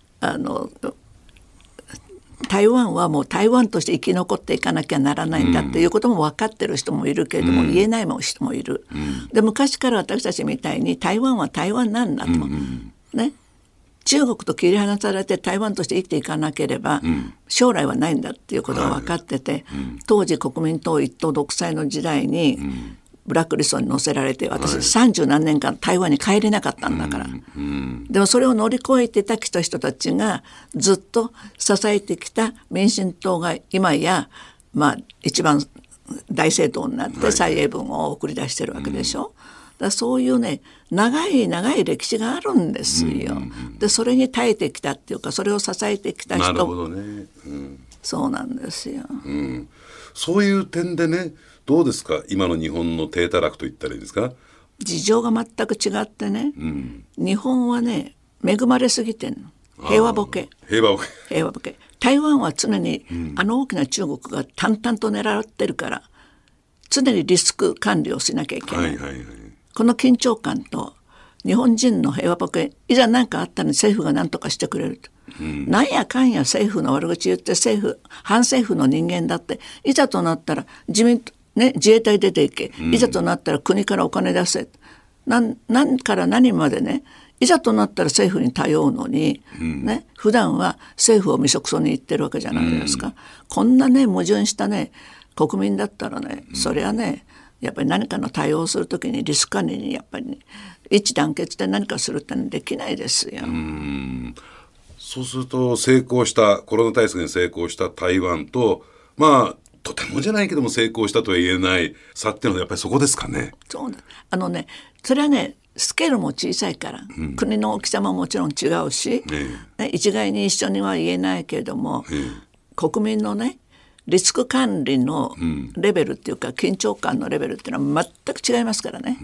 台湾はもう台湾として生き残っていかなきゃならないんだっていうことも分かってる人もいるけれども、言えない人もいる、で昔から私たちみたいに台湾は台湾なんだと、ね、中国と切り離されて台湾として生きていかなければ、将来はないんだっていうことが分かってて、当時国民党一党独裁の時代に、ブラックリストに載せられて、私30何年間台湾に帰れなかったんだから、でもそれを乗り越えてた人たちがずっと支えてきた民進党が今や、一番大政党になって蔡英文を送り出してるわけでしょ、だからそういうね長い歴史があるんですよ、でそれに耐えてきたっていうか、それを支えてきた人、 なるほどね、 そうなんですよ、 そういう点でね、どうですか今の日本の低たらくと言ったらいいですか。 事情が全く違ってね、日本はね恵まれすぎてんの、平和ボケ。台湾は常に、大きな中国が淡々と狙ってるから常にリスク管理をしなきゃいけない、この緊張感と日本人の平和ボケ、いざ何かあったら政府が何とかしてくれると、なんやかんや政府の悪口言って反政府の人間だって、いざとなったら自衛隊出ていけ、いざとなったら国からお金出せ、何から何までね、いざとなったら政府に頼うのに、普段は政府をみそくそに言ってるわけじゃないですか、こんなね矛盾したね国民だったらね、それはねやっぱり何かの対応をするときにリスク管理にやっぱり、ね、一致団結で何かするってのはできないですよ。 そうするとコロナ対策に成功した台湾ととてもじゃないけども成功したとは言えない差っていうのはやっぱりそこですかね。 そうだ、それはねスケールも小さいから、国の大きさももちろん違うし、一概に一緒には言えないけれども、国民のねリスク管理のレベルっていうか、緊張感のレベルっていうのは全く違いますからね。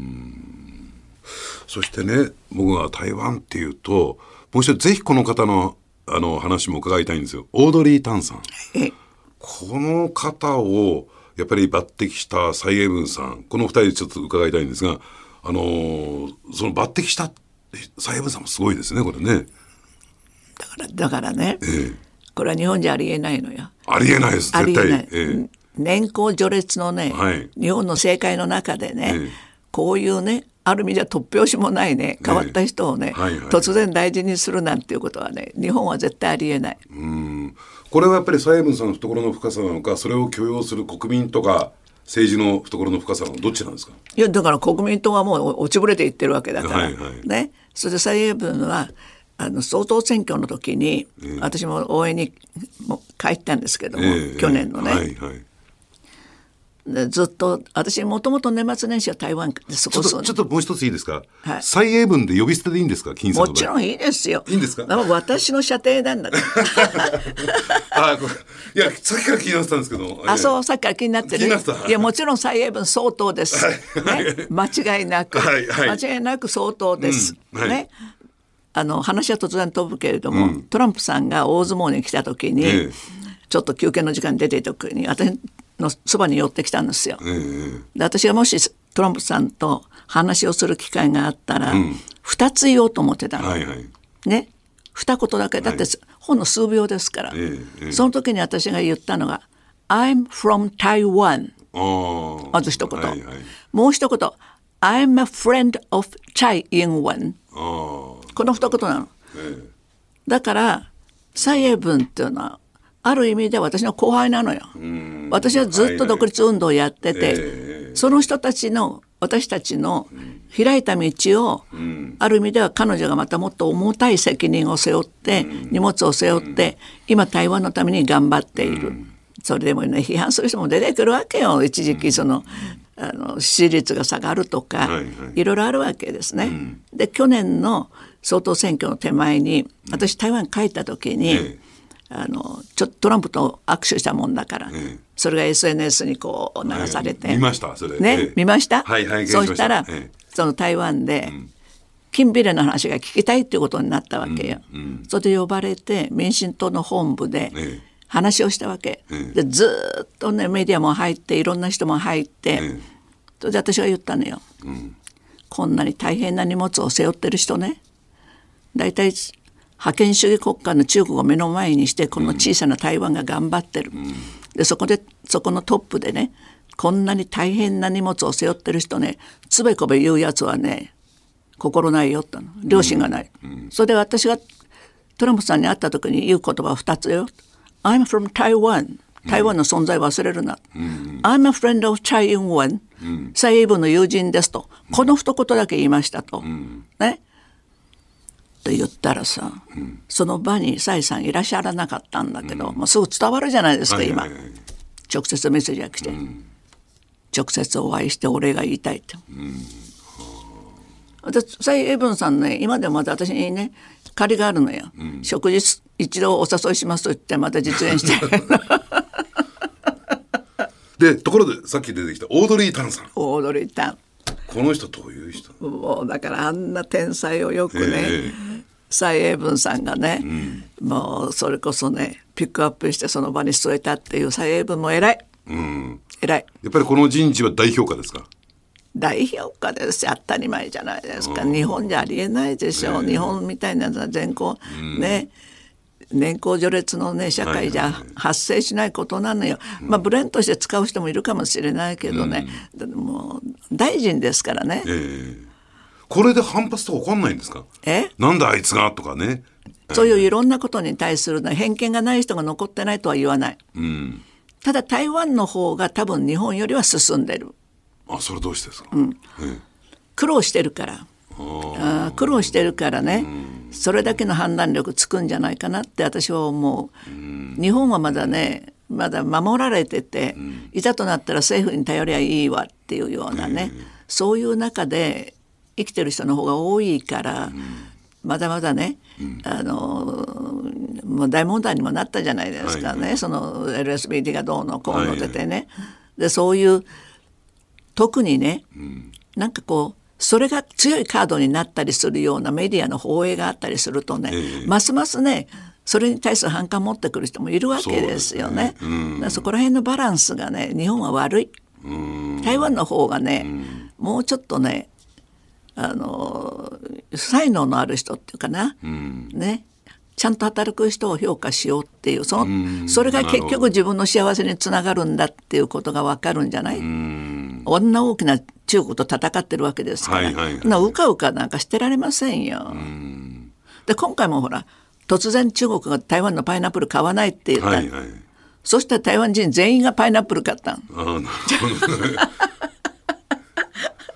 そしてね、僕が台湾っていうともう一度ぜひこの方の話も伺いたいんですよ。オードリー・タンさん、この方をやっぱり抜擢した蔡英文さん、この2人でちょっと伺いたいんですが、その抜擢した蔡英文さんもすごいですね、これね。 だからね、これは日本じゃありえないのよ。 ありえないです、絶対。 年功序列のね、日本の政界の中でね、こういうねある意味じゃ突拍子もないね変わった人をね、突然大事にするなんていうことはね、日本は絶対ありえない。 これはやっぱり蔡英文さんの懐の深さなのか、それを許容する国民とか政治の懐の深さなのか、どっちなんですか。 いやだから国民党はもう落ちぶれていってるわけだから、ね。それで蔡英文は総統選挙の時に、私も応援にも帰ったんですけども、去年のね、 ずっと私もともと年末年始は台湾で過ごす。 ちょっともう一ついいですか、はい、蔡英文で呼び捨てでいいんですか、金さんの場合。 もちろんいいですよ。 いいんですか。 私の射程なんだからいやさっきから気になってたんですけど、 そうさっきから気になってる。いやもちろん蔡英文相当です、ね、間違いなく、間違いなく相当です、ね。話は突然飛ぶけれども、トランプさんが大相撲に来た時に、ちょっと休憩の時間に出ていた時に私のそばに寄ってきたんですよ。で私がもしトランプさんと話をする機会があったら、2つ言おうと思ってたの、ね、2言だけ。だってほんの数秒ですから、その時に私が言ったのが I'm from Taiwan。 まず一言、もう一言 I'm a friend of Chai Ing-wen。 この二言なの。だから蔡英文っていうのはある意味で私の後輩なのよ。私はずっと独立運動をやってて、その人たちの私たちの開いた道を、ある意味では彼女がまたもっと重たい責任を背負って、荷物を背負って今台湾のために頑張っている。それでもね批判する人も出てくるわけよ。一時期支持率が下がるとか、いろいろあるわけですね。で去年の総統選挙の手前に私台湾帰った時に、ちょっとトランプと握手したもんだから、それが SNS にこう流されて、 見ましたそれ、 ね、見ました、そうしたら、その台湾で、金美玲の話が聞きたいっていうことになったわけよ。それで呼ばれて民進党の本部で話をしたわけ、でずっとねメディアも入っていろんな人も入って、それで私が言ったのよ、こんなに大変な荷物を背負ってる人ね、だいたい覇権主義国家の中国を目の前にしてこの小さな台湾が頑張ってる、でそこのトップでねこんなに大変な荷物を背負ってる人ね、つべこべ言うやつはね心ないよっての、良心がない、それで私がトランプさんに会った時に言う言葉は2つよ。 I'm from Taiwan。 台湾の存在忘れるな、I'm a friend of Chai Ing-wen、蔡英文の友人ですと、この一言だけ言いましたと、ねと言ったらさ、その場に蔡さんいらっしゃらなかったんだけど、もうすぐ伝わるじゃないですか、今、直接メッセージが来て、直接お会いしてお礼が言いたいって、蔡英文さんね、今でもまた私にね借りがあるのよ、食事一度お誘いしますと言ってまた実現してでところでさっき出てきたオードリー・タンさん。 オードリー・タン、 この人どういう人？ もうだからあんな天才をよくね、蔡英文さんがね、もうそれこそねピックアップしてその場に据えたっていう蔡英文も偉い、偉い。 やっぱりこの人事は大評価ですか？ 大評価ですよ。当たり前じゃないですか。日本じゃありえないでしょう、日本みたいな全校、ね年功序列のね社会じゃ発生しないことなのよ、ブレーンとして使う人もいるかもしれないけどね、もう大臣ですからね、 これで反発とか起こんないんですか？なんだあいつがとかね、 そういういろんなことに対する偏見がない人が残ってないとは言わない、ただ台湾の方が多分日本よりは進んでる。 それどうしてですか？ 苦労してるから、苦労してるからね、それだけの判断力つくんじゃないかなって私は思う。日本はまだねまだ守られてて、いざとなったら政府に頼りゃいいわっていうようなね、そういう中で生きてる人の方が多いから、まだまだね、もう大問題にもなったじゃないですかね、その LSBD がどうのこうの出てね、でそういう特にね、なんかこうそれが強いカードになったりするようなメディアの放映があったりするとね、ますますねそれに対する反感を持ってくる人もいるわけですよね。そこら辺のバランスがね日本は悪い。台湾の方がね、もうちょっとね才能のある人っていうかな、ねちゃんと働く人を評価しようっていう、それが結局自分の幸せにつながるんだっていうことが分かるんじゃない？こんな大きな中国と戦ってるわけですから、うかうかなんかしてられませんよ。で今回もほら突然中国が台湾のパイナップル買わないって言った、そしたら台湾人全員がパイナップル買ったの。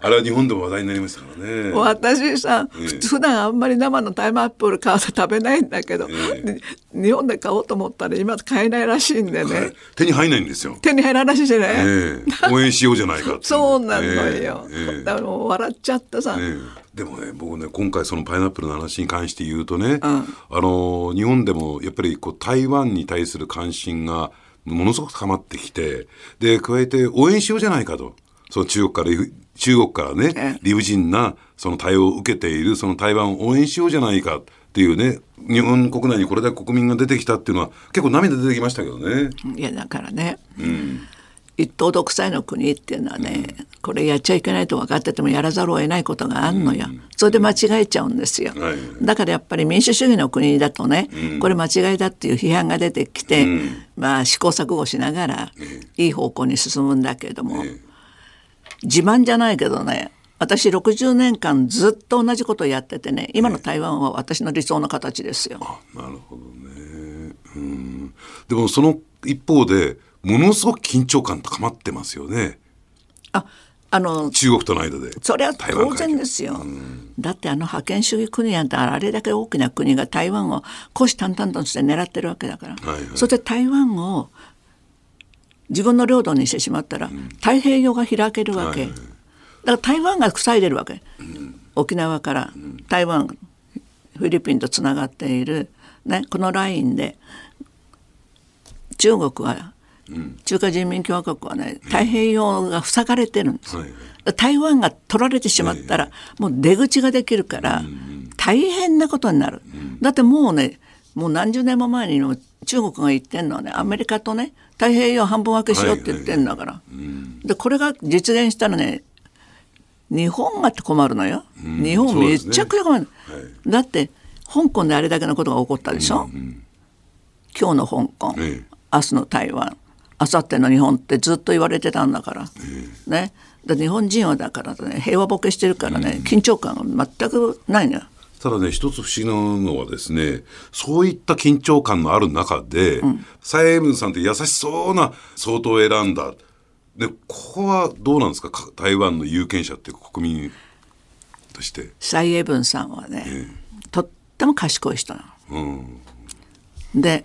あれは日本でも話題になりましたからね。 私さ、普段あんまり生のタイムアップル買うと食べないんだけど、日本で買おうと思ったら今買えないらしいんでね。 手に入らないんですよ。 手に入らないらしいじゃない、 応援しようじゃないかって。 そうなのよ、だからもう笑っちゃってさ、 でもね、僕ね、今回そのパイナップルの話に関して言うとね、日本でもやっぱりこう台湾に対する関心がものすごく高まってきて、で加えて応援しようじゃないかと、その中国からね、理不尽なその対応を受けているその台湾を応援しようじゃないかっていうね、日本国内にこれだけ国民が出てきたっていうのは結構涙出てきましたけどね。 いやだからね、一党独裁の国っていうのはね、これやっちゃいけないと分かっててもやらざるを得ないことがあるのよ、それで間違えちゃうんですよ、だからやっぱり民主主義の国だとね、これ間違いだっていう批判が出てきて、試行錯誤しながらいい方向に進むんだけれども、自慢じゃないけどね、私60年間ずっと同じことをやっててね、今の台湾は私の理想の形ですよ。 なるほどね。でもその一方でものすごく緊張感高まってますよね。中国との間で。 それは当然ですよ、だって覇権主義国なんてあれだけ大きな国が台湾を虎視眈々として狙ってるわけだから、そして台湾を自分の領土にしてしまったら、太平洋が開けるわけ、だから台湾が塞いでるわけ、沖縄から台湾、フィリピンとつながっている、ね、このラインで中国は、中華人民共和国はね、太平洋が塞がれてるんです、台湾が取られてしまったら、もう出口ができるから大変なことになる、だってもうね、もう何十年も前に中国が言ってんのはね、アメリカとね太平洋半分分けしようって言ってんだから、でこれが実現したらね、日本が困るのよ、日本めっちゃくちゃ困る、だって香港であれだけのことが起こったでしょ、今日の香港、明日の台湾、明後日の日本ってずっと言われてたんだから、ね、で日本人はだからね、平和ボケしてるからね、緊張感が全くないのよ。 ただね、一つ不思議なのはですね、そういった緊張感のある中で、蔡英文さんって優しそうな総統を選んだ。でここはどうなんですか、台湾の有権者っていう国民として。 蔡英文さんはね、とっても賢い人なの、で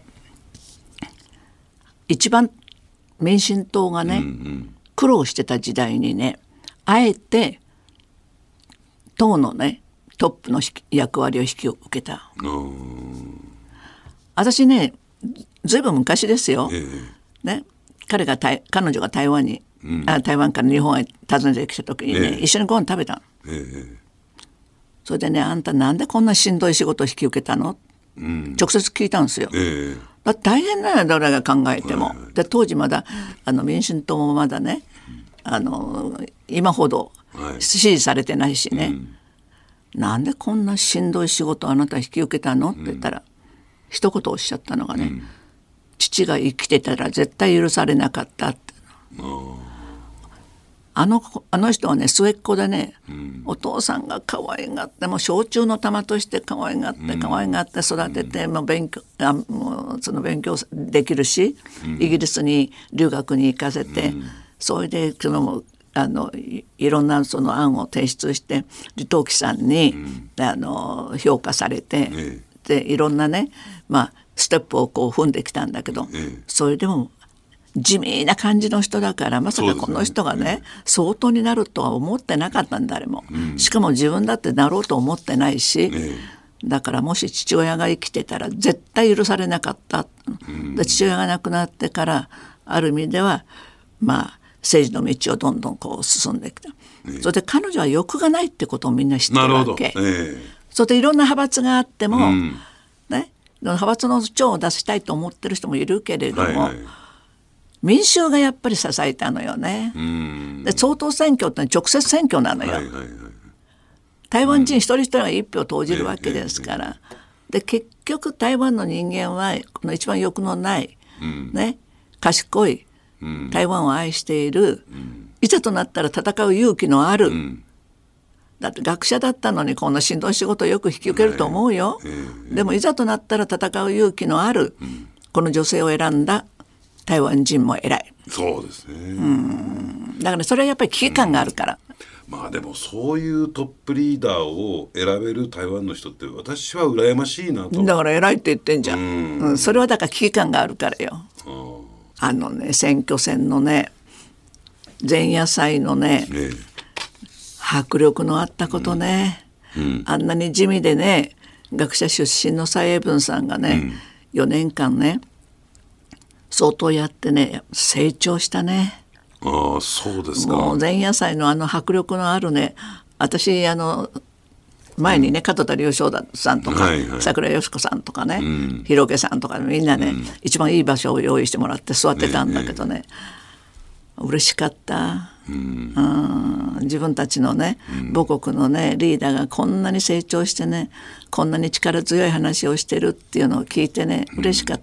一番民進党がね、苦労してた時代にね、あえて党のねトップの役割を引き受けた。私ね、ずいぶん昔ですよ、ね、彼女が台湾に、台湾から日本へ訪ねてきた時にね、一緒にご飯食べた、それでね、あんたなんでこんなしんどい仕事を引き受けたの、直接聞いたんですよ、だって大変だよ、誰が考えても、で当時まだ民進党もまだね、今ほど支持されてないしね、なんでこんなしんどい仕事をあなた引き受けたのって言ったら、一言おっしゃったのがね、父が生きてたら絶対許されなかったって。あの人はね、末っ子でね、お父さんが可愛がって、もう小中の玉として可愛がって育てて、もうその勉強できるし、イギリスに留学に行かせて、それでいろんなその案を提出して李登輝さんに、評価されて、でいろんなね、ステップをこう踏んできたんだけど、それでも地味な感じの人だから、まさかこの人がね、総統になるとは思ってなかったんだ、誰も、しかも自分だってなろうと思ってないし、だからもし父親が生きてたら絶対許されなかった、で父親が亡くなってからある意味では政治の道をどんどんこう進んできた、それで彼女は欲がないってことをみんな知ってるわけ、それでいろんな派閥があっても、ね、派閥の長を出したいと思ってる人もいるけれども、民衆がやっぱり支えたのよね。で総統選挙って直接選挙なのよ、台湾人一人一人が一票投じるわけですから、で結局台湾の人間はこの一番欲のない、ね、賢い台湾を愛している、いざとなったら戦う勇気のある、だって学者だったのにこんなしんどい仕事をよく引き受けると思うよ、でもいざとなったら戦う勇気のある、この女性を選んだ台湾人も偉い。 そうですね、 だからそれはやっぱり危機感があるから、 まあでもそういうトップリーダーを選べる台湾の人って私は羨ましいなと。 だから偉いって言ってんじゃん、それはだから危機感があるからよ。選挙戦のね前夜祭のね、迫力のあったことね、あんなに地味でね学者出身の蔡英文さんがね、4年間ね相当やってね成長したね。 そうですか。 もう前夜祭の迫力のあるね、私前にね門田隆翔さんとか、桜井よし子さんとかね、広家さんとかみんなね、一番いい場所を用意してもらって座ってたんだけどね、嬉しかった。自分たちのね母国のねリーダーがこんなに成長してねこんなに力強い話をしてるっていうのを聞いてね嬉しかった。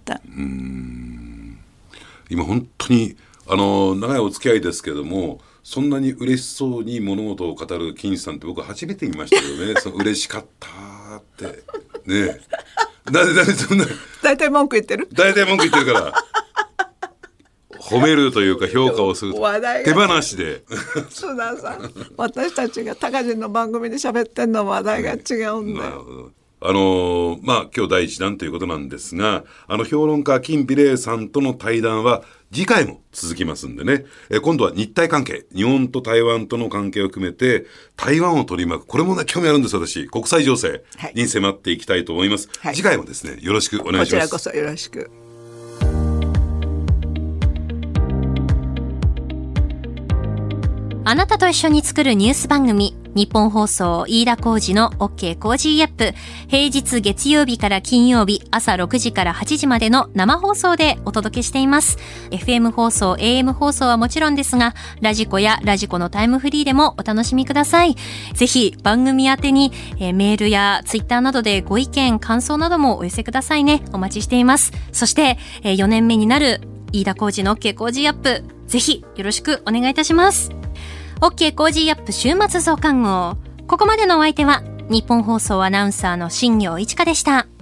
今本当に長いお付き合いですけどもそんなに嬉しそうに物事を語る金さんって僕は初めて見ましたけどねその嬉しかったってねえそんな大体文句言ってるから褒めるというか評価をする手放しで須田さん私たちが高人の番組で喋ってんの話題が違うんだよ。 今日第一弾ということなんですが評論家金美玲さんとの対談は次回も続きますんでね、今度は日台関係日本と台湾との関係を含めて台湾を取り巻くこれもね興味あるんです私国際情勢に迫っていきたいと思います、次回もですねよろしくお願いします。 こちらこそよろしく。 あなたと一緒に作るニュース番組日本放送飯田浩司の OK コージーアップ、平日月曜日から金曜日朝6時から8時までの生放送でお届けしています。 FM 放送 AM 放送はもちろんですがラジコやラジコのタイムフリーでもお楽しみください。ぜひ番組宛てにメールやツイッターなどでご意見感想などもお寄せくださいね。お待ちしています。そして4年目になる飯田浩司の OK コージーアップ、ぜひよろしくお願いいたします。OK コージーアップ週末増刊号。ここまでのお相手は日本放送アナウンサーの新業一華でした。